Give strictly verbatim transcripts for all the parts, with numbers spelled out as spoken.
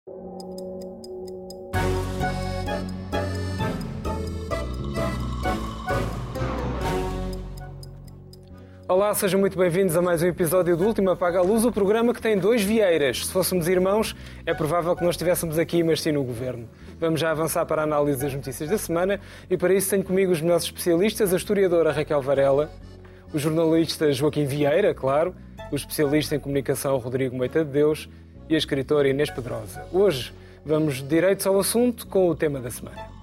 Olá, sejam muito bem-vindos a mais um episódio do Último Apaga a Luz, o programa que tem dois Vieiras. Se fôssemos irmãos, é provável que não estivéssemos aqui, mas sim no Governo. Vamos já avançar para a análise das notícias da semana e para isso tenho comigo os melhores especialistas, a historiadora Raquel Varela, o jornalista Joaquim Vieira, claro, o especialista em comunicação Rodrigo Moita de Deus e a escritora Inês Pedrosa. Hoje vamos direitos ao assunto com o tema da semana.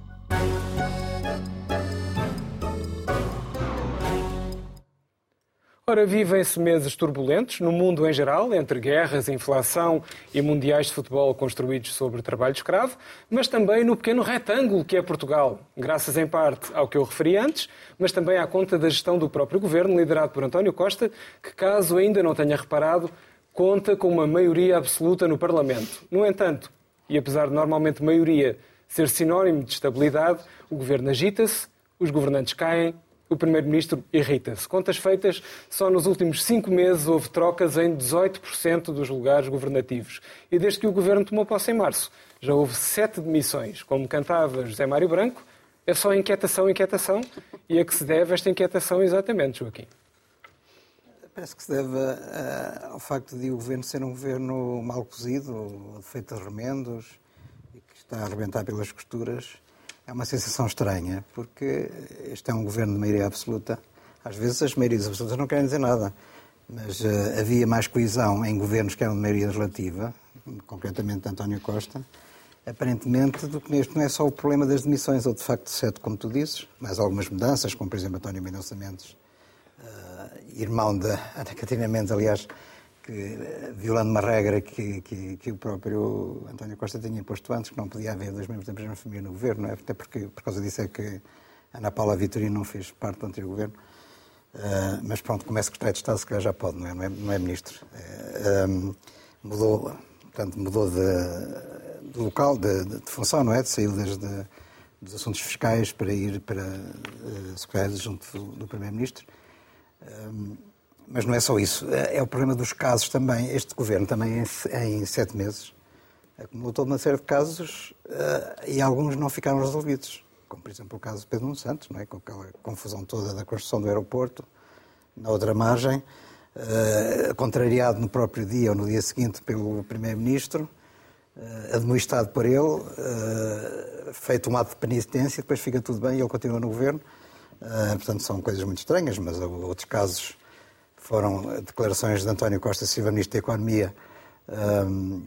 Ora, vivem-se meses turbulentos no mundo em geral, entre guerras, inflação e mundiais de futebol construídos sobre trabalho escravo, mas também no pequeno retângulo que é Portugal, graças em parte ao que eu referi antes, mas também à conta da gestão do próprio governo, liderado por António Costa, que, caso ainda não tenha reparado, conta com uma maioria absoluta no Parlamento. No entanto, e apesar de normalmente maioria ser sinónimo de estabilidade, o governo agita-se, os governantes caem, o Primeiro-Ministro irrita-se. Contas feitas, só nos últimos cinco meses houve trocas em dezoito por cento dos lugares governativos. E desde que o Governo tomou posse em março, já houve sete demissões. Como cantava José Mário Branco, é só inquietação, inquietação. E a que se deve esta inquietação exatamente, Joaquim? Parece que se deve uh, ao facto de o Governo ser um Governo mal cozido, feito de remendos, e que está a arrebentar pelas costuras. É uma sensação estranha, porque este é um governo de maioria absoluta. Às vezes as maiorias absolutas não querem dizer nada, mas uh, havia mais coesão em governos que eram de maioria relativa, concretamente de António Costa, aparentemente, do que neste. Não é só o problema das demissões, ou de facto sete, como tu dizes, mais algumas mudanças, como por exemplo António Mendonça Mendes, uh, irmão da Ana Catarina Mendes, aliás, que, violando uma regra que, que, que o próprio António Costa tinha imposto antes, que não podia haver dois membros da mesma família no governo, não é? Até porque, por causa disso é que Ana Paula Vitorino não fez parte do anterior governo. Uh, mas pronto, como é secretário de Estado, se calhar já pode, não é, não é, não é ministro. Uh, um, mudou, portanto, mudou de, de local, de, de, de função, não é? De saiu desde dos assuntos fiscais para ir para uh, secretário junto do, do Primeiro-Ministro. Um, Mas não é só isso. É o problema dos casos também. Este governo também, em sete meses, acumulou toda uma série de casos uh, e alguns não ficaram resolvidos. Como, por exemplo, o caso de Pedro Nuno Santos, não é? Com aquela confusão toda da construção do aeroporto, na outra margem, uh, contrariado no próprio dia ou no dia seguinte pelo Primeiro-Ministro, uh, admoestado por ele, uh, feito um ato de penitência, depois fica tudo bem e ele continua no governo. Uh, portanto, são coisas muito estranhas, mas outros casos foram declarações de António Costa Silva, Ministro da Economia, um,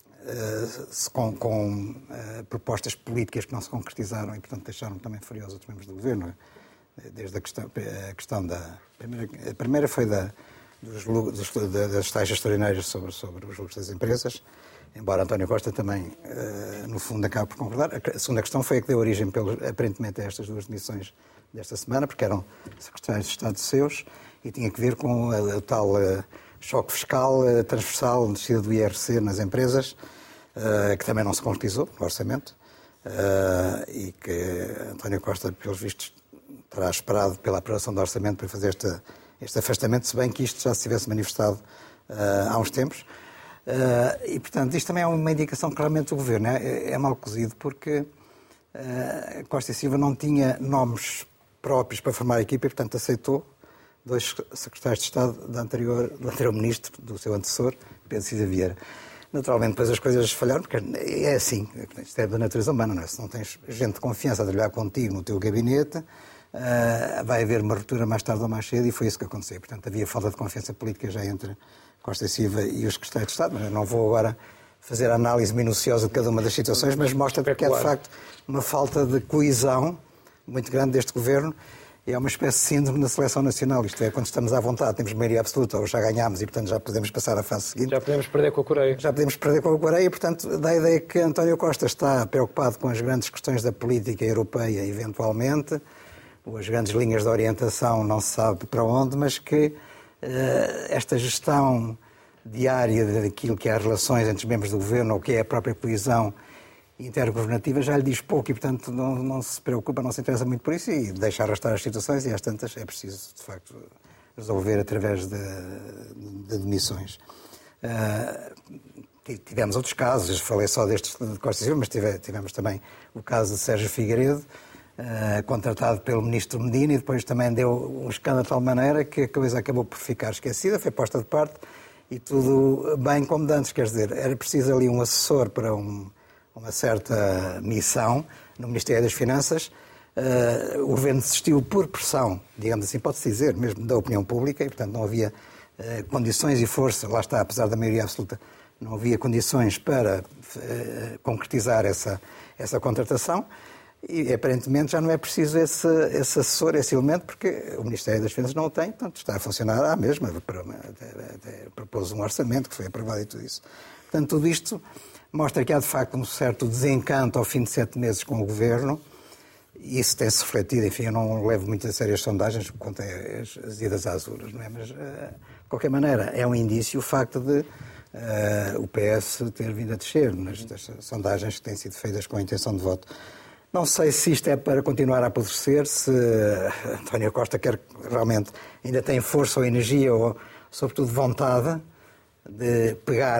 uh, com, com uh, propostas políticas que não se concretizaram e, portanto, deixaram também furiosos outros membros do Governo. Desde a questão, a questão da... A primeira, a primeira foi da, dos, dos, das taxas extraordinárias sobre, sobre os lucros das empresas, embora António Costa também, uh, no fundo, acabe por concordar. A segunda questão foi a que deu origem, pelo, aparentemente, a estas duas demissões desta semana, porque eram secretários de Estado seus, e tinha que ver com o tal uh, choque fiscal uh, transversal, descida do I R C nas empresas, uh, que também não se concretizou no orçamento, uh, e que António Costa, pelos vistos, terá esperado pela aprovação do orçamento para fazer este, este afastamento, se bem que isto já se tivesse manifestado uh, há uns tempos. Uh, e, portanto, isto também é uma indicação que realmente o Governo é, é mal cozido, porque uh, Costa e Silva não tinha nomes próprios para formar a equipa e, portanto, aceitou dois secretários de Estado do anterior, do anterior ministro, do seu antecessor, Pedro Cisa Vieira. Naturalmente, depois as coisas falharam, porque é assim, isto é da natureza humana, não é? Se não tens gente de confiança a trabalhar contigo no teu gabinete, uh, vai haver uma ruptura mais tarde ou mais cedo, e foi isso que aconteceu. Portanto, havia falta de confiança política já entre Costa e Silva e os secretários de Estado, mas eu não vou agora fazer a análise minuciosa de cada uma das situações, mas mostra que é, de facto, uma falta de coesão muito grande deste governo. É uma espécie de síndrome da seleção nacional, isto é, quando estamos à vontade, temos maioria absoluta, ou já ganhámos e, portanto, já podemos passar à fase seguinte. Já podemos perder com a Coreia. Já podemos perder com a Coreia, portanto, dá a ideia que António Costa está preocupado com as grandes questões da política europeia, eventualmente, ou as grandes linhas de orientação, não se sabe para onde, mas que uh, esta gestão diária daquilo que é as relações entre os membros do governo, ou que é a própria coesão intergovernativa, já lhe diz pouco e, portanto, não, não se preocupa, não se interessa muito por isso e deixa arrastar as situações, e às tantas é preciso, de facto, resolver através de, de demissões. Uh, tivemos outros casos, falei só destes de Costa Silva, mas tive, tivemos também o caso de Sérgio Figueiredo, uh, contratado pelo ministro Medina, e depois também deu um escândalo de tal maneira que a coisa acabou por ficar esquecida, foi posta de parte, e tudo bem como de antes, quer dizer, era preciso ali um assessor para um, uma certa missão no Ministério das Finanças. Uh, o governo desistiu por pressão, digamos assim, pode-se dizer, mesmo da opinião pública, e portanto não havia uh, condições e força, lá está, apesar da maioria absoluta, não havia condições para uh, concretizar essa, essa contratação, e aparentemente já não é preciso esse, esse assessor, esse elemento, porque o Ministério das Finanças não o tem, portanto está a funcionar à mesma, até, até propôs um orçamento que foi aprovado e tudo isso. Portanto, tudo isto mostra que há de facto um certo desencanto ao fim de sete meses com o governo. E isso tem-se refletido, enfim, eu não levo muito a sério as sondagens quanto às, às idas às urnas, não é? Mas, uh, de qualquer maneira, é um indício o facto de uh, o P S ter vindo a descer nestas sondagens que têm sido feitas com a intenção de voto. Não sei se isto é para continuar a apodrecer, se uh, António Costa quer realmente, ainda tem força ou energia ou, sobretudo, vontade de pegar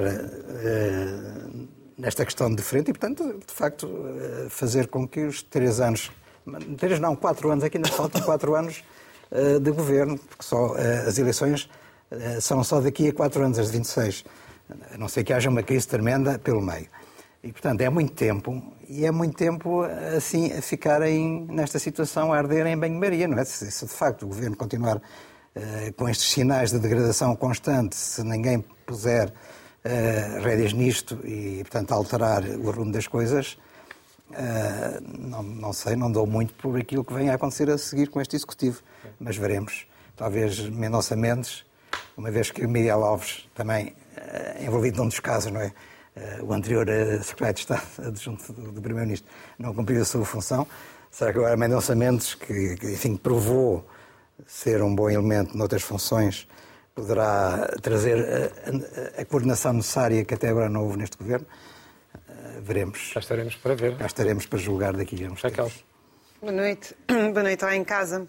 uh, nesta questão de frente e, portanto, de facto, uh, fazer com que os três anos... Três não, quatro anos, aqui ainda faltam quatro anos uh, de governo, porque só, uh, as eleições uh, são só daqui a quatro anos, as de vinte e seis, a não ser que haja uma crise tremenda pelo meio. E, portanto, é muito tempo, e é muito tempo, assim, a ficarem nesta situação, a arder em banho-maria, não é? Se, se, de facto, o governo continuar uh, com estes sinais de degradação constante, se ninguém puser uh, rédeas nisto e, portanto, alterar o rumo das coisas... Uh, não, não sei, não dou muito por aquilo que vem a acontecer a seguir com este Executivo, mas veremos. Talvez Mendonça Mendes, uma vez que o Miguel Alves também uh, envolvido num dos casos, não é? Uh, o anterior uh, secretário de Estado adjunto do, do Primeiro-Ministro não cumpriu a sua função. Será que agora Mendonça Mendes, que, que enfim, provou ser um bom elemento noutras funções, poderá trazer a, a, a coordenação necessária que até agora não houve neste Governo? Veremos. Já estaremos para ver. Já estaremos para julgar daqui a uns tempos. Boa noite. Boa noite lá em casa.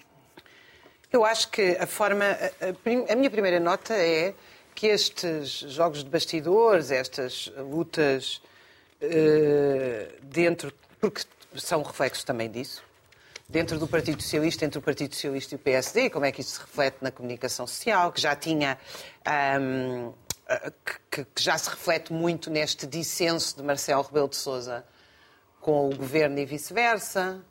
Eu acho que a forma... A, a minha primeira nota é que estes jogos de bastidores, estas lutas uh, dentro... Porque são reflexos também disso. Dentro do Partido Socialista, entre o Partido Socialista e o P S D, como é que isso se reflete na comunicação social, que já tinha... Um, Que, que já se reflete muito neste dissenso de Marcelo Rebelo de Sousa com o governo e vice-versa,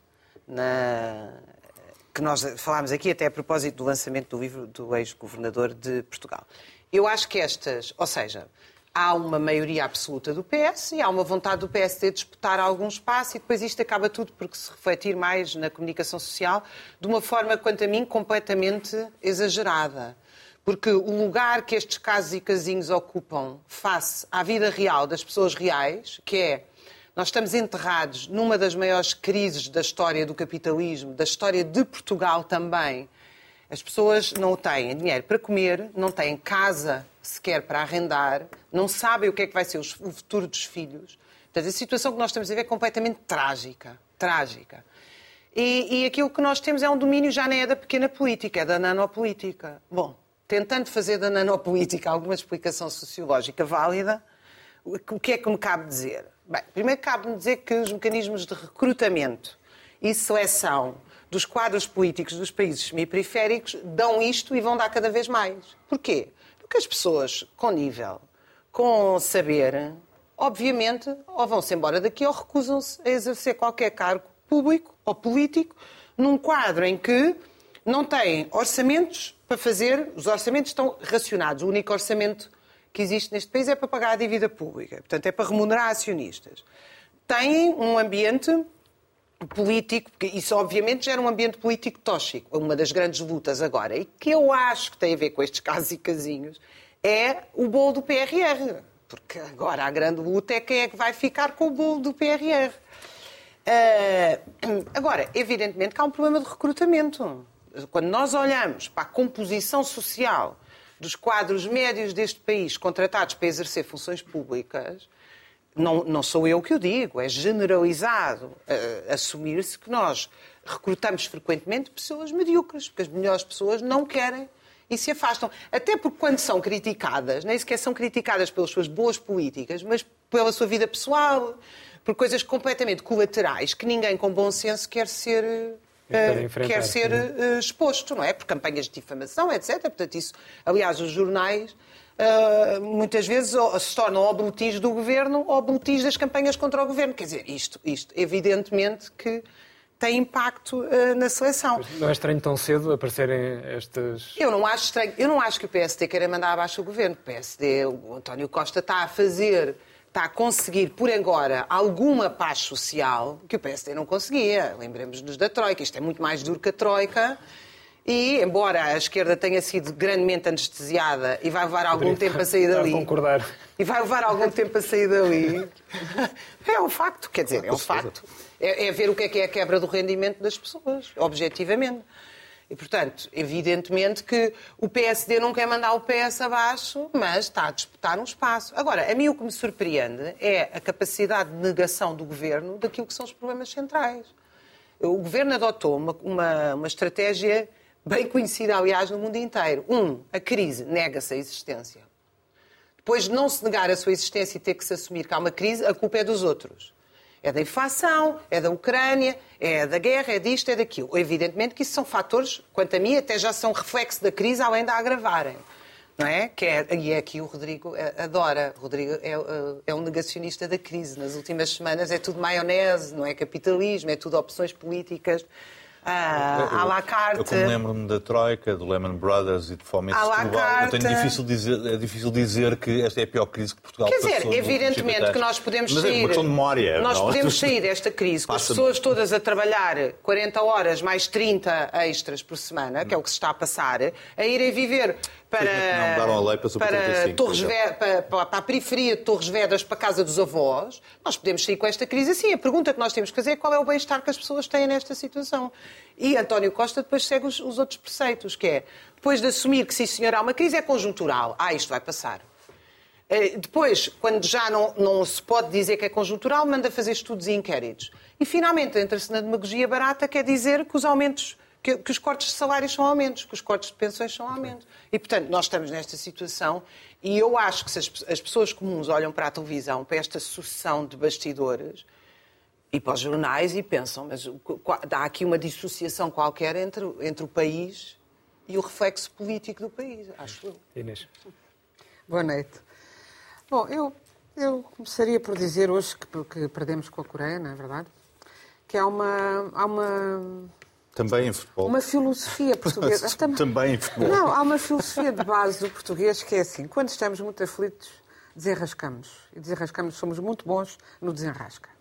na... que nós falámos aqui até a propósito do lançamento do livro do ex-governador de Portugal. Eu acho que estas, ou seja, há uma maioria absoluta do P S e há uma vontade do P S D de disputar algum espaço e depois isto acaba tudo por se refletir mais na comunicação social de uma forma, quanto a mim, completamente exagerada. Porque o lugar que estes casos e casinhos ocupam face à vida real das pessoas reais, que é, nós estamos enterrados numa das maiores crises da história do capitalismo, da história de Portugal também. As pessoas não têm dinheiro para comer, não têm casa sequer para arrendar, não sabem o que é que vai ser o futuro dos filhos. Portanto, a situação que nós estamos a ver é completamente trágica. Trágica. E, e aquilo que nós temos é um domínio já nem é da pequena política, é da nanopolítica. Bom, tentando fazer da nanopolítica alguma explicação sociológica válida, o que é que me cabe dizer? Bem, primeiro cabe-me dizer que os mecanismos de recrutamento e seleção dos quadros políticos dos países semiperiféricos dão isto e vão dar cada vez mais. Porquê? Porque as pessoas com nível, com saber, obviamente, ou vão-se embora daqui ou recusam-se a exercer qualquer cargo público ou político num quadro em que não têm orçamentos para fazer, os orçamentos estão racionados. O único orçamento que existe neste país é para pagar a dívida pública. Portanto, é para remunerar acionistas. Têm um ambiente político, porque isso obviamente gera um ambiente político tóxico. Uma das grandes lutas agora, e que eu acho que tem a ver com estes casos e casinhos, é o bolo do P R R. Porque agora a grande luta é quem é que vai ficar com o bolo do P R R. Uh, agora, evidentemente que há um problema de recrutamento. Quando nós olhamos para a composição social dos quadros médios deste país contratados para exercer funções públicas, não, não sou eu que o digo, é generalizado uh, assumir-se que nós recrutamos frequentemente pessoas medíocres, porque as melhores pessoas não querem e se afastam. Até porque quando são criticadas, nem sequer são criticadas pelas suas boas políticas, mas pela sua vida pessoal, por coisas completamente colaterais que ninguém com bom senso quer ser... Uh, quer ser uh, exposto, não é? Por campanhas de difamação, etcétera. Portanto, isso, aliás, os jornais uh, muitas vezes se tornam ou boletins do governo ou boletins das campanhas contra o governo. Quer dizer, isto, isto evidentemente que tem impacto uh, na seleção. Mas não é estranho tão cedo aparecerem estas... Eu não acho estranho. Eu não acho que o P S D queira mandar abaixo o governo. O P S D, o António Costa está a fazer... está a conseguir, por agora, alguma paz social que o P S D não conseguia. Lembremos-nos da Troika. Isto é muito mais duro que a Troika. E, embora a esquerda tenha sido grandemente anestesiada e vai levar algum tempo a sair dali... a concordar. E vai levar algum tempo a sair dali... É um facto. Quer dizer, é um facto. É, é ver o que é que é a quebra do rendimento das pessoas, objetivamente. E, portanto, evidentemente que o P S D não quer mandar o P S abaixo, mas está a disputar um espaço. Agora, a mim o que me surpreende é a capacidade de negação do governo daquilo que são os problemas centrais. O governo adotou uma, uma, uma estratégia bem conhecida, aliás, no mundo inteiro. Um, a crise, nega-se a existência. Depois de não se negar a sua existência e ter que se assumir que há uma crise, a culpa é dos outros. É da inflação, é da Ucrânia, é da guerra, é disto, é daquilo. Evidentemente que isso são fatores, quanto a mim, até já são reflexo da crise, além de a agravarem. Não é? Que é, e é aqui o Rodrigo adora. O Rodrigo é, é um negacionista da crise. Nas últimas semanas é tudo maionese, não é capitalismo, é tudo opções políticas. Ah, à la carte. Eu, como lembro-me da Troika, do Lehman Brothers e de Fomento Global, eu tenho difícil dizer, é difícil dizer que esta é a pior crise que Portugal passou. Quer dizer, evidentemente que nós podemos Mas sair... é uma questão de memória. Nós não? podemos sair desta crise com as pessoas todas a trabalhar quarenta horas mais trinta extras por semana, que é o que se está a passar, a irem viver para, não mudaram a lei para, para, Torres Ve- para, para a periferia de Torres Vedras, para a casa dos avós. Nós podemos sair com esta crise assim. A pergunta que nós temos que fazer é qual é o bem-estar que as pessoas têm nesta situação. E António Costa depois segue os, os outros preceitos, que é, depois de assumir que sim, senhor, há uma crise, é conjuntural. Ah, isto vai passar. Depois, quando já não, não se pode dizer que é conjuntural, manda fazer estudos e inquéritos. E, finalmente, entra-se na demagogia barata, quer dizer que os aumentos, que, que os cortes de salários são aumentos, que os cortes de pensões são aumentos. E, portanto, nós estamos nesta situação e eu acho que se as, as pessoas comuns olham para a televisão, para esta sucessão de bastidores e para os jornais e pensam, mas há aqui uma dissociação qualquer entre, entre o país e o reflexo político do país, acho eu. Inês. Boa noite. Bom, eu, eu começaria por dizer hoje que, que perdemos com a Coreia, não é verdade? Que há uma... Há uma Também em futebol. Uma filosofia portuguesa. Também em futebol. Não, há uma filosofia de base do português que é assim, quando estamos muito aflitos, desenrascamos. E desenrascamos, somos muito bons no desenrasca.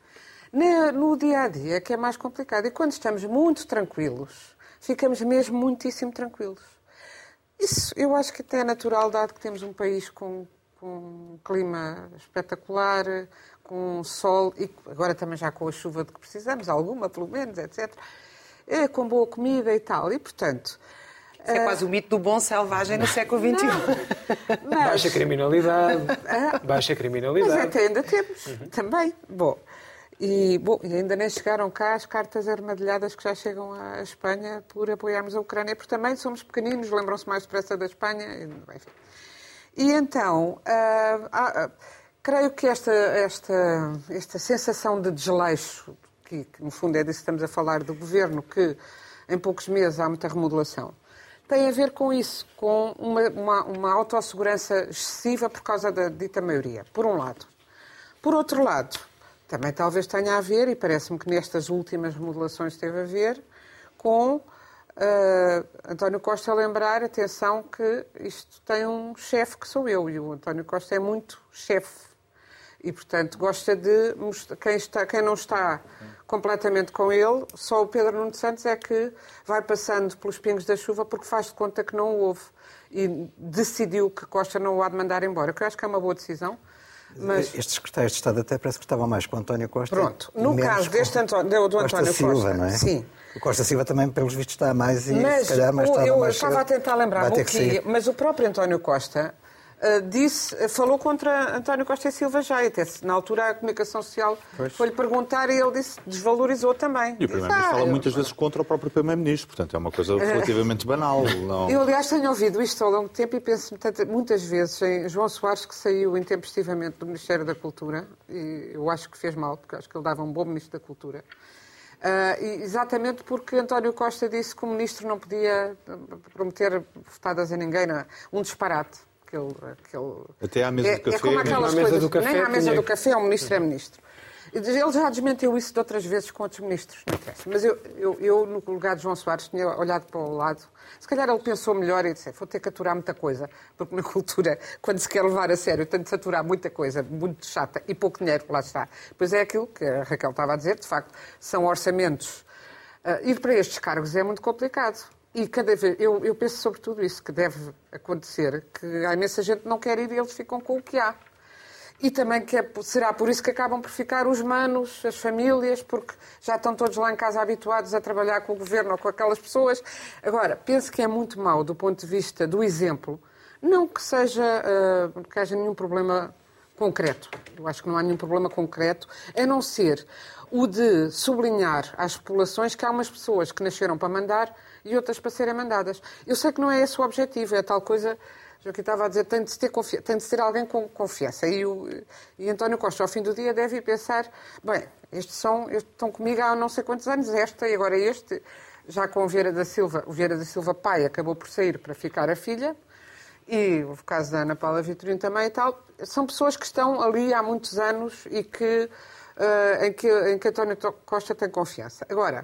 No dia-a-dia é que é mais complicado. E quando estamos muito tranquilos, ficamos mesmo muitíssimo tranquilos. Isso eu acho que até é natural, dado que temos um país com, com um clima espetacular, com sol, e agora também já com a chuva de que precisamos, alguma pelo menos, etcétera. É, com boa comida e tal. E, portanto... Isso é quase o mito do bom selvagem no século vinte e um. Mas... Baixa criminalidade. Ah, Baixa criminalidade. Mas até ainda temos, uhum. também. Bom... E, bom, ainda nem chegaram cá as cartas armadilhadas que já chegam à Espanha por apoiarmos a Ucrânia, porque também somos pequeninos, lembram-se mais depressa da Espanha, enfim. E então, uh, uh, creio que esta, esta, esta sensação de desleixo, que, que no fundo é disso que estamos a falar, do governo, que em poucos meses há muita remodelação, tem a ver com isso, com uma, uma, uma autossegurança excessiva por causa da dita maioria, por um lado. Por outro lado, também talvez tenha a ver, e parece-me que nestas últimas remodelações teve a ver, com uh, António Costa lembrar, atenção, que isto tem um chefe que sou eu, e o António Costa é muito chefe. E, portanto, gosta de mostrar, quem, está, quem não está completamente com ele, só o Pedro Nuno Santos é que vai passando pelos pingos da chuva porque faz de conta que não o houve. E decidiu que Costa não o há de mandar embora, que eu acho que é uma boa decisão. Mas... Estes secretários de Estado até parece que estavam mais com o António Costa. Pronto, no caso deste António, do, do Costa António Silva, Costa, não é? Sim. O Costa Silva também, pelos vistos, está mais e mas, se calhar mais o, tarde eu mais estava cedo, a tentar lembrar-me o que, mas o próprio António Costa Uh, disse, falou contra António Costa e Silva já, e até na altura a comunicação social foi-lhe perguntar e ele disse, desvalorizou também. E o Primeiro-Ministro ah, fala eu... muitas vezes contra o próprio Primeiro-Ministro, portanto é uma coisa relativamente banal. Não... Eu, aliás, tenho ouvido isto ao longo do tempo e penso muitas vezes em João Soares, que saiu intempestivamente do Ministério da Cultura, e eu acho que fez mal, porque acho que ele dava um bom Ministro da Cultura. Uh, exatamente porque António Costa disse que o Ministro não podia prometer votadas a ninguém, não, um disparate. Aquele, aquele... Até à mesa é, do café. É como aquelas mesa coisas, do café, nem à mesa tinha... do café, o Ministro é Ministro. Ele já desmentiu isso de outras vezes com outros ministros, não interessa. Mas eu, eu, eu, no lugar de João Soares, tinha olhado para o lado. Se calhar ele pensou melhor e disse, vou ter que aturar muita coisa, porque na cultura, quando se quer levar a sério, tem de se aturar muita coisa, muito chata e pouco dinheiro, lá está. Pois é aquilo que a Raquel estava a dizer, de facto, são orçamentos. Uh, ir para estes cargos é muito complicado. E cada vez, eu, eu penso sobre tudo isso que deve acontecer, que há imensa gente que não quer ir e eles ficam com o que há. E também que é, será por isso que acabam por ficar os manos, as famílias, porque já estão todos lá em casa habituados a trabalhar com o governo ou com aquelas pessoas. Agora, penso que é muito mau do ponto de vista do exemplo, não que seja, uh, que haja nenhum problema concreto. Eu acho que não há nenhum problema concreto, a não ser o de sublinhar às populações que há umas pessoas que nasceram para mandar e outras para serem mandadas. Eu sei que não é esse o objetivo, é tal coisa, já que estava a dizer, tem de se ter, confi- tem de se ter alguém com confiança. E, o, e António Costa, ao fim do dia, deve pensar, bem, estes, são, estes estão comigo há não sei quantos anos, esta e agora este, já com o Vieira da Silva, o Vieira da Silva pai acabou por sair para ficar a filha, e o caso da Ana Paula Vitorino também e tal, são pessoas que estão ali há muitos anos e que, uh, em, que, em que António Costa tem confiança. Agora,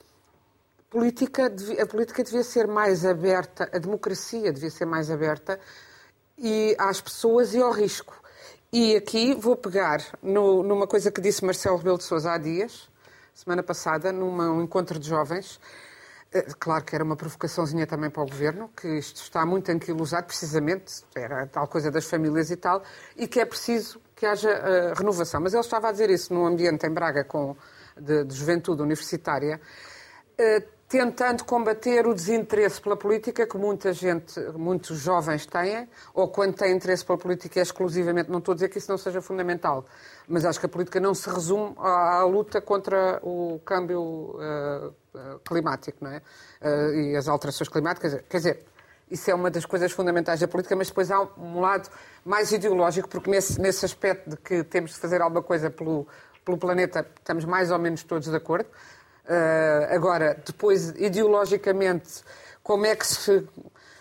política, a política devia ser mais aberta, a democracia devia ser mais aberta e às pessoas e ao risco. E aqui vou pegar no, numa coisa que disse Marcelo Rebelo de Sousa há dias, semana passada, num encontro de jovens. Claro que era uma provocaçãozinha também para o Governo, que isto está muito anquilosado, precisamente, era tal coisa das famílias e tal, e que é preciso que haja uh, renovação. Mas ele estava a dizer isso num ambiente em Braga com, de, de juventude universitária, uh, tentando combater o desinteresse pela política que muita gente, muitos jovens têm, ou quando têm interesse pela política é exclusivamente, não estou a dizer que isso não seja fundamental, mas acho que a política não se resume à, à luta contra o câmbio uh, climático, não é? Uh, e as alterações climáticas. Quer dizer, isso é uma das coisas fundamentais da política, mas depois há um lado mais ideológico, porque nesse, nesse aspecto de que temos de fazer alguma coisa pelo, pelo planeta, estamos mais ou menos todos de acordo. Uh, agora, depois, ideologicamente, como é que se uh,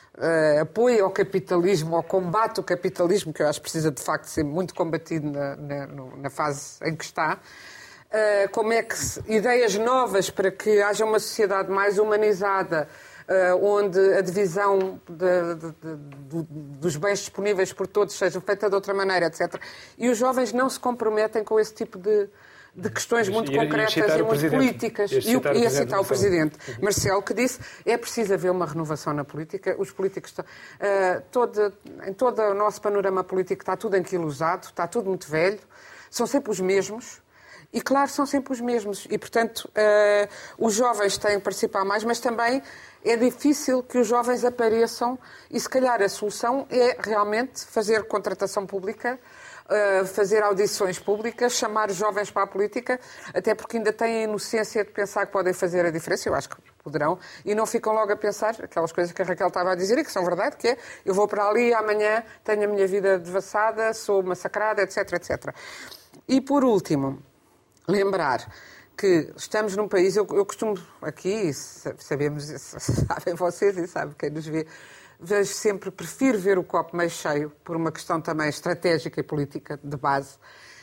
apoia o capitalismo ou combate o capitalismo, que eu acho que precisa, de facto, ser muito combatido na, na, na fase em que está. Uh, como é que se, ideias novas para que haja uma sociedade mais humanizada, uh, onde a divisão de, de, de, de, dos bens disponíveis por todos seja feita de outra maneira, etcétera. E os jovens não se comprometem com esse tipo de, de questões muito ia, concretas ia e muito políticas. Ia citar, e ia citar o Presidente Marcelo, que disse é preciso haver uma renovação na política. Os políticos, estão, uh, todo, em todo o nosso panorama político está tudo anquilosado, está tudo muito velho, são sempre os mesmos. E, claro, são sempre os mesmos. E, portanto, uh, os jovens têm que participar mais, mas também é difícil que os jovens apareçam e, se calhar, a solução é realmente fazer contratação pública, uh, fazer audições públicas, chamar os jovens para a política, até porque ainda têm a inocência de pensar que podem fazer a diferença, eu acho que poderão, e não ficam logo a pensar aquelas coisas que a Raquel estava a dizer e que são verdade, que é, eu vou para ali, amanhã tenho a minha vida devassada, sou massacrada, etc, etcétera. E, por último, lembrar que estamos num país, eu, eu costumo aqui, sabemos, sabem vocês e sabem quem nos vê, vejo sempre, prefiro ver o copo meio cheio, por uma questão também estratégica e política de base,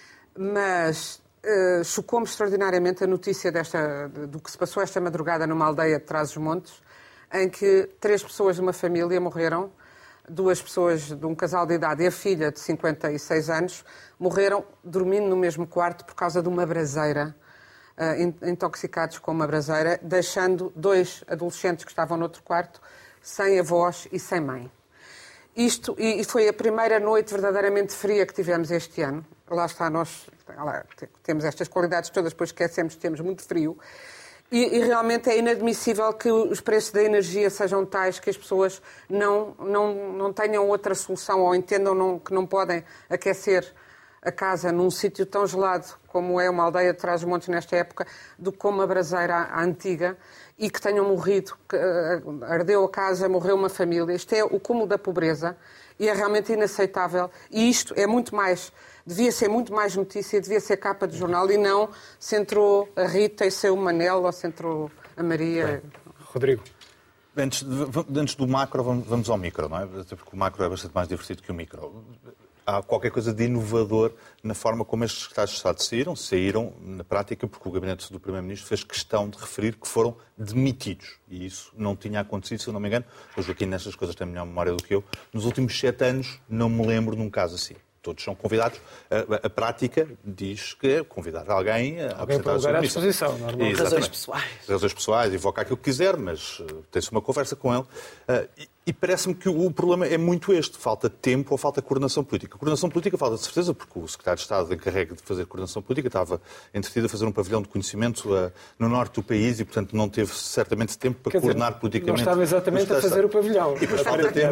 mas uh, chocou-me extraordinariamente a notícia desta, do que se passou esta madrugada numa aldeia de Trás-os-Montes, em que três pessoas de uma família morreram, duas pessoas de um casal de idade e a filha de cinquenta e seis anos morreram dormindo no mesmo quarto por causa de uma braseira, uh, intoxicados com uma braseira, deixando dois adolescentes que estavam no outro quarto sem avós e sem mãe. Isto, e, e foi a primeira noite verdadeiramente fria que tivemos este ano. Lá está, nós lá, temos estas qualidades todas, depois esquecemos que temos muito frio. E, e realmente é inadmissível que os preços da energia sejam tais que as pessoas não, não, não tenham outra solução ou entendam não, que não podem aquecer a casa num sítio tão gelado como é uma aldeia de Trás-os-Montes nesta época, do que como a braseira à antiga, e que tenham morrido, que, uh, ardeu a casa, morreu uma família. Isto é o cúmulo da pobreza e é realmente inaceitável. E isto é muito mais, devia ser muito mais notícia, devia ser capa de jornal e não se entrou a Rita e saiu o Manel ou se entrou a Maria. Bem, Rodrigo. Antes, de, antes do macro, vamos ao micro, não é? Até porque o macro é bastante mais divertido que o micro. Há qualquer coisa de inovador na forma como estes secretários de Estado saíram. Saíram, na prática, porque o gabinete do Primeiro-Ministro fez questão de referir que foram demitidos. E isso não tinha acontecido, se eu não me engano. O Joaquim, nestas coisas, tem a melhor memória do que eu. Nos últimos sete anos, não me lembro de um caso assim. Todos são convidados. A, a prática diz que é convidar alguém a apresentar a sua disposição, normalmente. Razões pessoais. Razões pessoais, invoca aquilo que quiser, mas uh, tem-se uma conversa com ele. Uh, e, e parece-me que o, o problema é muito este. Falta tempo ou falta coordenação política. Coordenação política falta de certeza, porque o secretário de Estado encarregue de fazer coordenação política estava entretido a fazer um pavilhão de conhecimento uh, no norte do país e, portanto, não teve certamente tempo para Quer coordenar dizer, politicamente. Não estava exatamente a fazer o pavilhão. E mas falta tempo,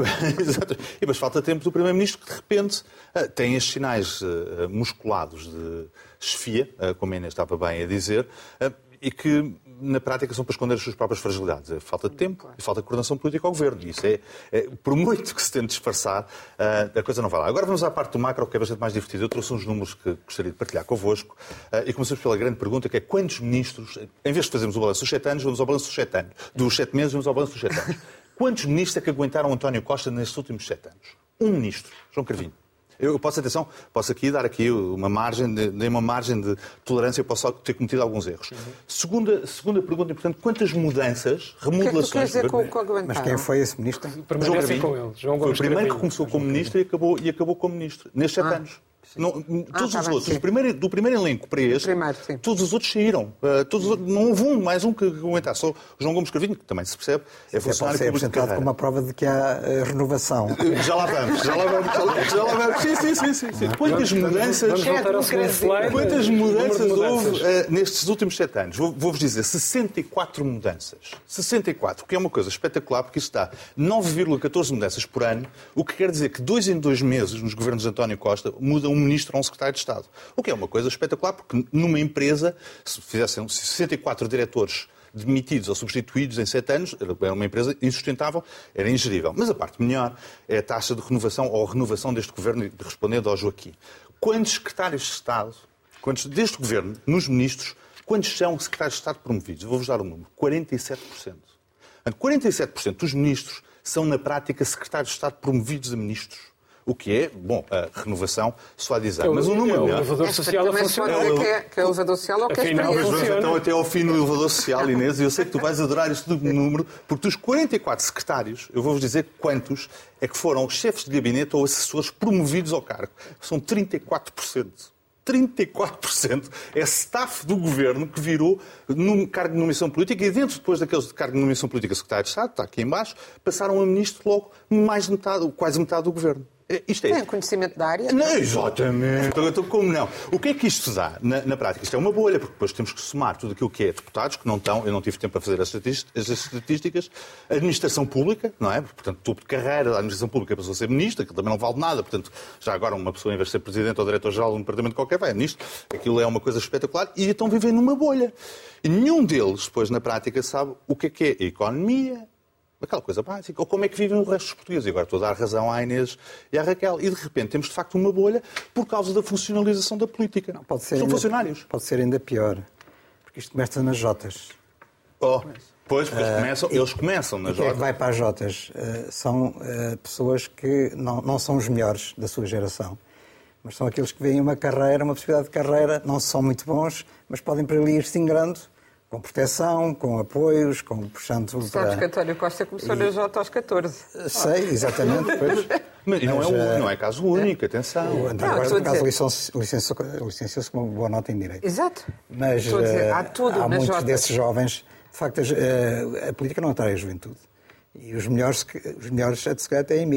e, mas falta tempo do Primeiro-Ministro que, de repente, uh, tem estes sinais uh, musculados de chefia, uh, como a Inês estava bem a dizer, uh, e que, na prática, são para esconder as suas próprias fragilidades. É falta de tempo e falta de coordenação política ao Governo. E isso é, é, por muito que se tente disfarçar, uh, a coisa não vai lá. Agora vamos à parte do macro, que é bastante mais divertido. Eu trouxe uns números que gostaria de partilhar convosco. Uh, e começamos pela grande pergunta, que é quantos ministros, em vez de fazermos o balanço dos sete anos, vamos ao balanço dos sete anos. Dos sete meses, vamos ao balanço dos sete anos. Quantos ministros é que aguentaram António Costa nestes últimos sete anos? Um ministro, João Cravinho. Eu posso, atenção, posso aqui dar aqui uma margem, de, uma margem de tolerância, eu posso ter cometido alguns erros. Uhum. Segunda, segunda pergunta importante, quantas mudanças, remodelações... O que é que tu queres dizer com, com aguentaram? Mas quem foi esse ministro? João Cravinho. Com ele. João foi o primeiro que começou como ministro e acabou, e acabou como ministro, nestes sete ah. anos. Não, todos ah, os tá outros, bem, primeiro, do primeiro elenco para este, primeiro, todos os outros saíram. Uh, todos os outros, não houve um, mais um que aguentasse. Só o João Gomes Cravinho, que também se percebe, é funcionário público de carreira. Como uma prova de que há uh, renovação. Já lá vamos, já lá vamos. Já lá vamos. Sim, sim, sim. sim, sim. Quantas mudanças, quantas mudanças houve uh, nestes últimos sete anos? Vou, vou-vos dizer, sessenta e quatro mudanças. sessenta e quatro, que é uma coisa espetacular, porque isto dá nove vírgula catorze mudanças por ano, o que quer dizer que dois em dois meses, nos governos de António Costa, muda um ministro ou um secretário de Estado. O que é uma coisa espetacular, porque numa empresa, se fizessem sessenta e quatro diretores demitidos ou substituídos em sete anos, era uma empresa insustentável, era ingerível. Mas a parte melhor é a taxa de renovação ou renovação deste governo, respondendo ao Joaquim. Quantos secretários de Estado, quantos, deste governo, nos ministros, quantos são secretários de Estado promovidos? Eu vou-vos dar um número. quarenta e sete por cento. quarenta e sete por cento dos ministros são, na prática, secretários de Estado promovidos a ministros. O que é, bom, a renovação só a dizer. Mas o número... O elevador social a funcionar. Que é o elevador social ou que é a vamos então até ao fim do elevador social, Inês, e eu sei que tu vais adorar este número, porque dos quarenta e quatro secretários, eu vou-vos dizer quantos é que foram chefes de gabinete ou assessores promovidos ao cargo. São trinta e quatro por cento. trinta e quatro por cento é staff do governo que virou num cargo de nomeação política e dentro depois daqueles de cargo de nomeação política, secretário de Estado, está aqui em baixo, passaram a ministro logo mais de metade, quase metade do governo. Isto é... Tem conhecimento da área? Não, exatamente. Então, como não? O que é que isto dá na, na prática? Isto é uma bolha, porque depois temos que somar tudo aquilo que é deputados, que não estão, eu não tive tempo para fazer as estatísticas, a administração pública, não é? Portanto, topo de carreira da administração pública passou a ser ministro, que também não vale nada, portanto, já agora uma pessoa, em vez de ser presidente ou diretor-geral de um departamento qualquer, vai a ministro. Aquilo é uma coisa espetacular e então vivem numa bolha. E nenhum deles, depois, na prática, sabe o que é que é a economia, aquela coisa básica, ou como é que vivem o resto dos portugueses. E agora estou a dar razão à Inês e à Raquel. E, de repente, temos, de facto, uma bolha por causa da funcionalização da política. Não, pode ser São ainda, funcionários. Pode ser ainda pior, porque isto começa nas Jotas. Oh, pois, pois uh, começam, eles começam nas Jotas. Quem é que vai para as Jotas? Uh, são uh, pessoas que não, não são os melhores da sua geração, mas são aqueles que veem uma carreira, uma possibilidade de carreira, não são muito bons, mas podem para ali ir-se ingrando, com proteção, com apoios, com puxando Sabes para... Sabes que António Costa começou e... na Jota aos catorze. Sei, exatamente. Pois. Mas, mas não, é um, não é caso único, atenção. O António Costa, por acaso, licenciou-se com uma boa nota em Direito. Exato. Mas dizer, há, tudo há muitos Jota. desses jovens... De facto, a, a política não atrai a juventude. E os melhores, os melhores de secreto, é emigram.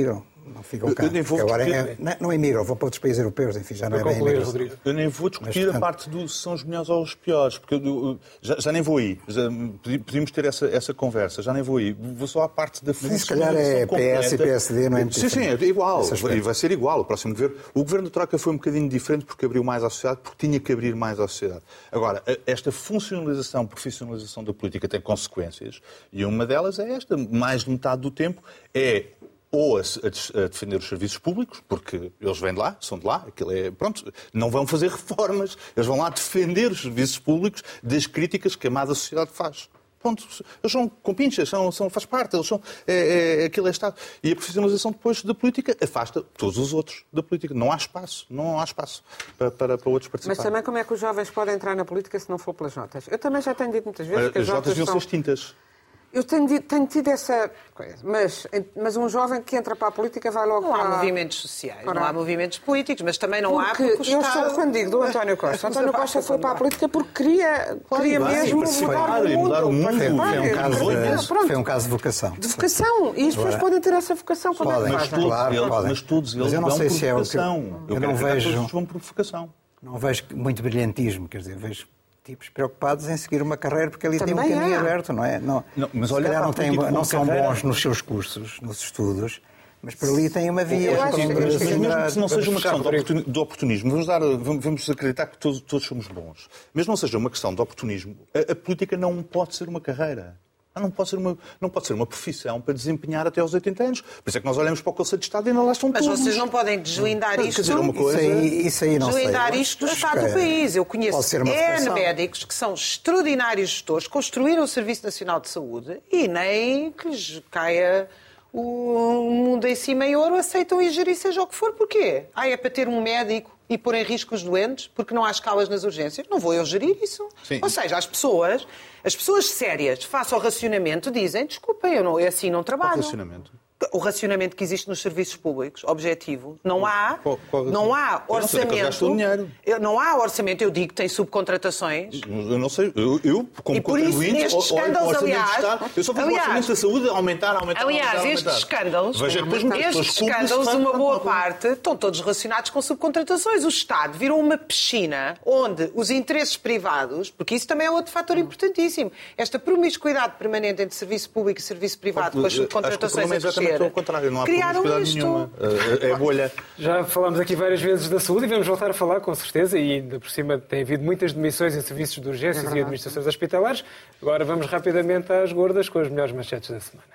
não ficam cá. Agora é, não emigram, vão para outros países europeus, enfim, já não é bem imigração. Eu nem vou discutir Mas, a parte do se são os melhores ou os piores, porque eu, eu, já, já nem vou aí. Já, podíamos ter essa, essa conversa, já nem vou aí. Vou só à parte da função. Mas se calhar é P S e P S D, não é muito Sim, sim, é igual. E vai ser igual o próximo governo. O governo da Troika foi um bocadinho diferente porque abriu mais à sociedade, porque tinha que abrir mais à sociedade. Agora, esta funcionalização, profissionalização da política tem consequências e uma delas é esta. Mais de metade do tempo é ou a, a, a defender os serviços públicos, porque eles vêm de lá, são de lá, aquilo é, pronto, não vão fazer reformas, eles vão lá defender os serviços públicos das críticas que a amada sociedade faz. Ponto. Eles são compinchas, são, são, faz parte, eles são, é, é, aquilo é Estado. E a profissionalização depois da política afasta todos os outros da política. Não há espaço, não há espaço para, para, para outros participarem. Mas também como é que os jovens podem entrar na política se não for pelas notas? Eu também já tenho dito muitas vezes que as, as jotas deviam são... ser extintas. Eu tenho, tenho tido essa coisa, mas, mas um jovem que entra para a política vai logo não para... Não há movimentos sociais, para... não há movimentos políticos, mas também não porque há porque o eu Estado... estou, quando digo do António Costa, António Costa foi para a política porque queria, queria claro, mesmo sim, mudar, foi, o mudar o mundo. Foi, foi, um caso de, Pronto. foi um caso de vocação. De vocação. E as pessoas Agora, podem ter essa vocação quando podem, é que mas, fazem. todos, Claro, eles, podem. mas todos eles mas eu não vão sei por se é o que eu, vocação. eu, eu não vejo, todos vão por vocação. Não vejo muito brilhantismo, quer dizer, vejo tipos preocupados em seguir uma carreira porque ali Também tem um caminho é. aberto, não é? Não, não, mas se olha calhar não, têm, não são carreira. bons nos seus cursos, nos estudos, mas por ali tem uma via. Eu acho que- para eu acho que- se Mesmo melhorar. que não seja uma questão de Vamos oportuni- de oportunismo, vamos, dar, vamos, vamos acreditar que todos, todos somos bons. Mesmo não seja uma questão de oportunismo, a, a política não pode ser uma carreira. Não pode, ser uma, não pode ser uma profissão para desempenhar até aos oitenta anos. Por isso é que nós olhamos para o Conselho de Estado e ainda lá estão Mas todos. vocês não podem deslindar Quer isto... dizer, uma coisa... Isso aí, isso aí não deslindar sei. isto do Acho Estado que do país. Eu pode conheço ser uma N vocação. médicos que são extraordinários gestores, construíram o Serviço Nacional de Saúde e nem que lhes caia o mundo em cima em ouro, aceitam e gerir seja o que for. Porquê? Ah, é para ter um médico e pôr em risco os doentes porque não há escalas nas urgências? Não vou eu gerir isso. Sim. Ou seja, as pessoas, as pessoas sérias, face ao racionamento, dizem, desculpem, eu não, assim não trabalho. Qual racionamento? O racionamento que existe nos serviços públicos, objetivo, não há, Qual- qual não há Eu não sei, é que eles gastam orçamento. dinheiro. Eu- Não há orçamento, eu digo que tem subcontratações. Eu não sei, eu, eu como E por isso, contribuinte, nestes olho para o escândalos, orçamento aliás- de Estado, eu só vejo o aliás- orçamento da saúde aumentar, aumentar, Aliás, aumentar, estes aumentar. escândalos, Vejo é que depois muitas pessoas estes cúmplices escândalos, vão- uma vão- boa vão- parte, estão todos relacionados com subcontratações. O Estado virou uma piscina onde os interesses privados, porque isso também é outro fator importantíssimo, esta promiscuidade permanente entre serviço público e serviço privado, com as Acho que o subcontratações problema é a exatamente crescer, ao contrário, não há criaram publicidade isto. nenhuma. É bolha. Já falámos aqui várias vezes da saúde e vamos voltar a falar, com certeza, e ainda por cima tem havido muitas demissões em serviços de urgências e administrações hospitalares. Agora vamos rapidamente às gordas com as melhores manchetes da semana.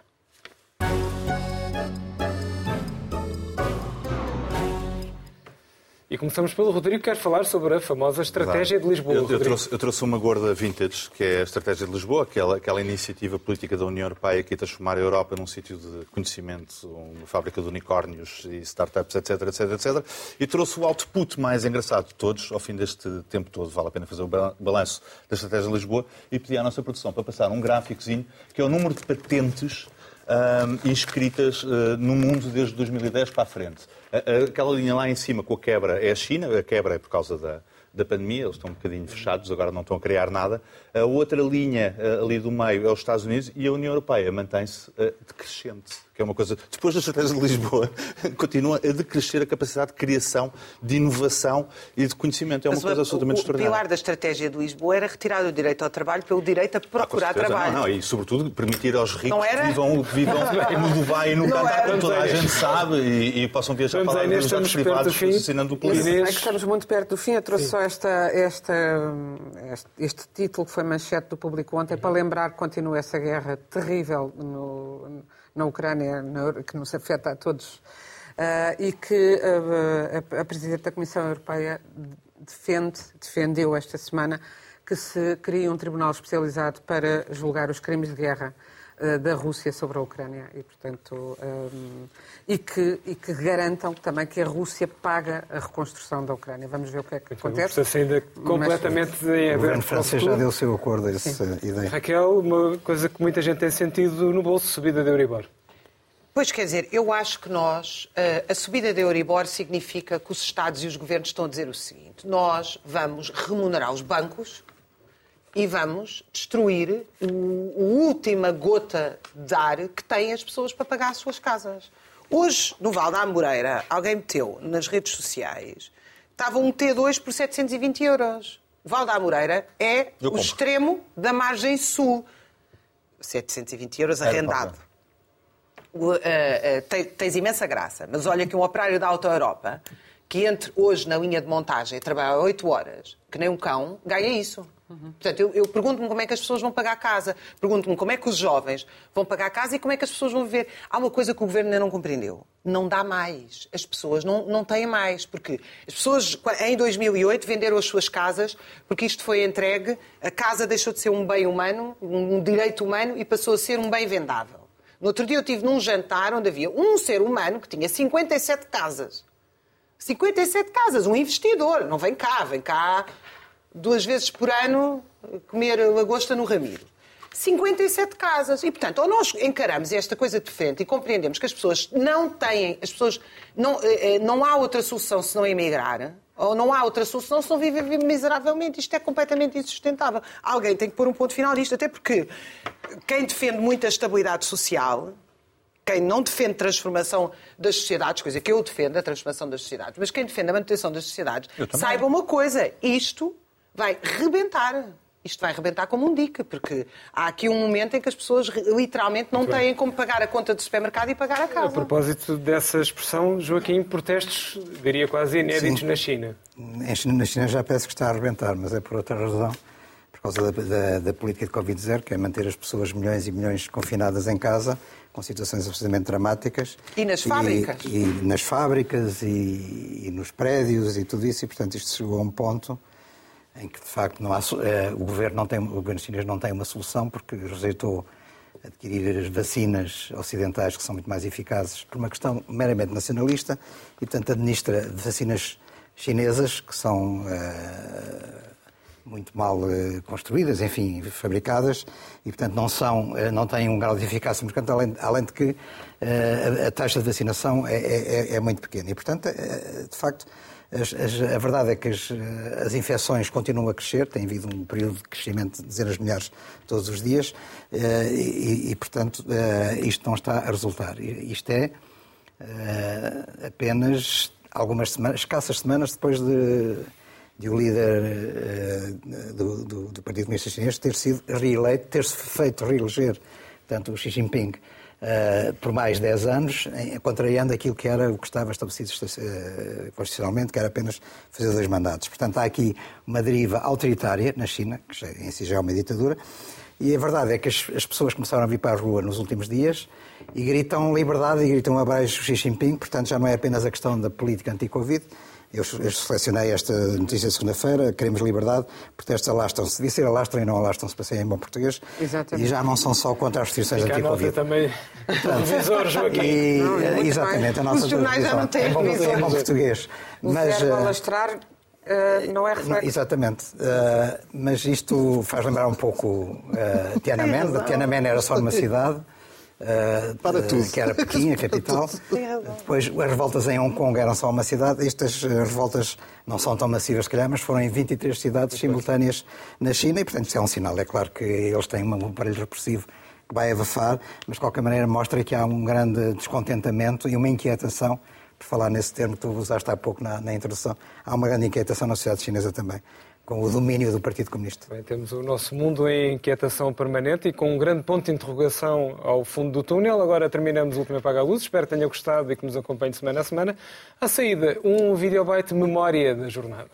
E começamos pelo Rodrigo, que quer falar sobre a famosa Estratégia de Lisboa. Eu, eu, trouxe, eu trouxe uma gorda vintage, que é a Estratégia de Lisboa, aquela, aquela iniciativa política da União Europeia que ia transformar a Europa num sítio de conhecimento, uma fábrica de unicórnios e startups, etc, etc, etcétera. E trouxe o output mais engraçado de todos, ao fim deste tempo todo. Vale a pena fazer o balanço da Estratégia de Lisboa e pedi à nossa produção para passar um gráficozinho, que é o número de patentes Um, inscritas uh, no mundo desde dois mil e dez para a frente. Uh, aquela linha lá em cima com a quebra é a China, a quebra é por causa da, da pandemia, eles estão um bocadinho fechados, agora não estão a criar nada. A outra linha uh, ali do meio é os Estados Unidos e a União Europeia mantém-se uh, decrescente, que é uma coisa... Depois da Estratégia de Lisboa, continua a decrescer a capacidade de criação, de inovação e de conhecimento. É uma Mas coisa absolutamente o, o extraordinária. pilar da Estratégia de Lisboa era retirar o direito ao trabalho pelo direito a procurar Ah, com certeza. trabalho. Não, não, e sobretudo permitir aos ricos Não era? que vivam, que vivam no Dubai e no Não Qatar, era. como toda a Vamos a gente sabe, e, e possam viajar Vamos para a lá Inês, dos dados estamos perto privados do fim. assinando o Inês. cliente. É que estamos muito perto do fim. Eu trouxe só esta, esta, este, este título que foi manchete do Público ontem para lembrar que continua essa guerra terrível no, na Ucrânia, na, que nos afeta a todos, uh, e que uh, a, a Presidente da Comissão Europeia defende, defendeu esta semana que se crie um tribunal especializado para julgar os crimes de guerra da Rússia sobre a Ucrânia e, portanto, um, e, que, e que garantam também que a Rússia paga a reconstrução da Ucrânia. Vamos ver o que é que acontece. O processo ainda completamente Mas, em o governo aberto. francês já deu o seu acordo a essa ideia. Raquel, uma coisa que muita gente tem sentido no bolso, subida da Euribor. Pois, quer dizer, eu acho que nós, a subida da Euribor significa que os Estados e os governos estão a dizer o seguinte: nós vamos remunerar os bancos e vamos destruir a última gota de ar que têm as pessoas para pagar as suas casas. Hoje, no Val da Amoreira, alguém meteu nas redes sociais, estava um T dois por setecentos e vinte euros. O Val da Amoreira é Eu o compro. extremo da margem sul. setecentos e vinte euros arrendado. Uh, uh, uh, tens imensa graça, mas olha que um operário da Auto Europa, que entre hoje na linha de montagem e trabalha oito horas, que nem um cão, ganha isso. Uhum. Portanto, eu, eu pergunto-me como é que as pessoas vão pagar a casa, pergunto-me como é que os jovens vão pagar a casa e como é que as pessoas vão viver. Há uma coisa que o Governo ainda não compreendeu. Não dá mais. As pessoas não, não têm mais. Porque as pessoas, em dois mil e oito, venderam as suas casas porque isto foi entregue. A casa deixou de ser um bem humano, um direito humano, e passou a ser um bem vendável. No outro dia eu estive num jantar onde havia um ser humano que tinha cinquenta e sete casas. cinquenta e sete casas. Um investidor. Não vem cá. Vem cá duas vezes por ano comer lagosta no Ramiro. cinquenta e sete casas. E, portanto, ou nós encaramos esta coisa de frente e compreendemos que as pessoas não têm, as pessoas não, não há outra solução se não emigrar, ou não há outra solução se não viver miseravelmente. Isto é completamente insustentável. Alguém tem que pôr um ponto final nisto, até porque quem defende muito a estabilidade social, quem não defende transformação das sociedades, coisa que eu defendo, a transformação das sociedades, mas quem defende a manutenção das sociedades, saiba uma coisa, isto vai rebentar. Isto vai rebentar como um dique, porque há aqui um momento em que as pessoas literalmente não têm como pagar a conta do supermercado e pagar a casa. A propósito dessa expressão, Joaquim, protestos, diria quase inéditos Sim. na China. Na China já parece que está a arrebentar, mas é por outra razão, por causa da, da, da política de Covid zero, que é manter as pessoas milhões e milhões confinadas em casa, com situações absolutamente dramáticas. E nas fábricas. E, e nas fábricas e, e nos prédios e tudo isso, e portanto isto chegou a um ponto em que, de facto, não há, eh, o, governo não tem, o governo chinês não tem uma solução porque rejeitou adquirir as vacinas ocidentais que são muito mais eficazes por uma questão meramente nacionalista e, portanto, administra vacinas chinesas que são eh, muito mal eh, construídas, enfim, fabricadas e, portanto, não, são, eh, não têm um grau de eficácia, portanto, além, além de que eh, a, a taxa de vacinação é, é, é muito pequena. E, portanto, eh, de facto, As, as, a verdade é que as, as infecções continuam a crescer, tem havido um período de crescimento de dezenas de milhares todos os dias e, e portanto, isto não está a resultar. Isto é apenas algumas semanas, escassas semanas depois de, de o líder do, do, do Partido Comunista Chinês ter sido reeleito, ter-se feito reeleger, portanto, o Xi Jinping, Uh, por mais dez anos, em, contrariando aquilo que era o que estava estabelecido uh, constitucionalmente, que era apenas fazer dois mandatos. Portanto, há aqui uma deriva autoritária na China, que já, em si já é uma ditadura, e a verdade é que as, as pessoas começaram a vir para a rua nos últimos dias e gritam liberdade e gritam abaixo Xi Jinping, portanto já não é apenas a questão da política anti-Covid. Eu, eu selecionei esta notícia de segunda-feira, queremos liberdade, protestos alastram-se. Devia ser alastram e não alastram-se, para ser em bom português. Exatamente. E já não são só contra as restrições anti-Covid. também revisor, Joaquim. E, não, exatamente, a nossa Os jornais já não têm em bom, em bom português. O mas, verbo alastrar uh, não é reflexo. Exatamente. Uh, mas isto faz lembrar um pouco uh, Tiananmen. Tiananmen era só numa cidade. Uh, Para uh, tudo. Que era Pequim, a capital. Depois as revoltas em Hong Kong eram só uma cidade. Estas uh, revoltas não são tão massivas, se calhar, mas foram em vinte e três cidades simultâneas na China e, portanto, isso é um sinal. É claro que eles têm um aparelho repressivo que vai abafar, mas de qualquer maneira mostra que há um grande descontentamento e uma inquietação, por falar nesse termo que tu usaste há pouco na, na introdução, há uma grande inquietação na sociedade chinesa também, com o domínio do Partido Comunista. Bem, temos o nosso mundo em inquietação permanente e com um grande ponto de interrogação ao fundo do túnel. Agora terminamos o Último Apaga a Luz. Espero que tenha gostado e que nos acompanhe semana a semana. À saída, um videobite memória da jornada.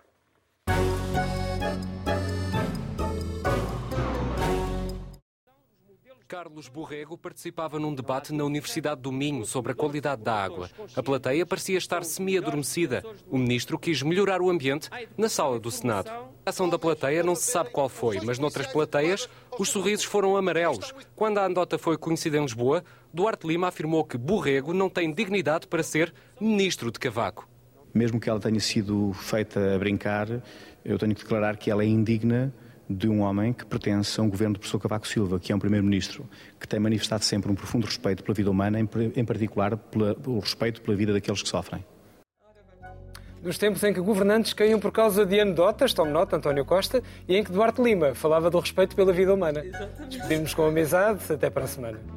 Carlos Borrego participava num debate na Universidade do Minho sobre a qualidade da água. A plateia parecia estar semi-adormecida. O ministro quis melhorar o ambiente na sala do Senado. A ação da plateia não se sabe qual foi, mas noutras plateias os sorrisos foram amarelos. Quando a anedota foi conhecida em Lisboa, Duarte Lima afirmou que Borrego não tem dignidade para ser ministro de Cavaco. Mesmo que ela tenha sido feita a brincar, eu tenho que declarar que ela é indigna de um homem que pertence a um governo do professor Cavaco Silva, que é um primeiro-ministro, que tem manifestado sempre um profundo respeito pela vida humana, em particular pelo respeito pela vida daqueles que sofrem. Dos tempos em que governantes caíam por causa de anedotas, tome nota, António Costa, e em que Duarte Lima falava do respeito pela vida humana. Despedimos com amizade, até para a semana.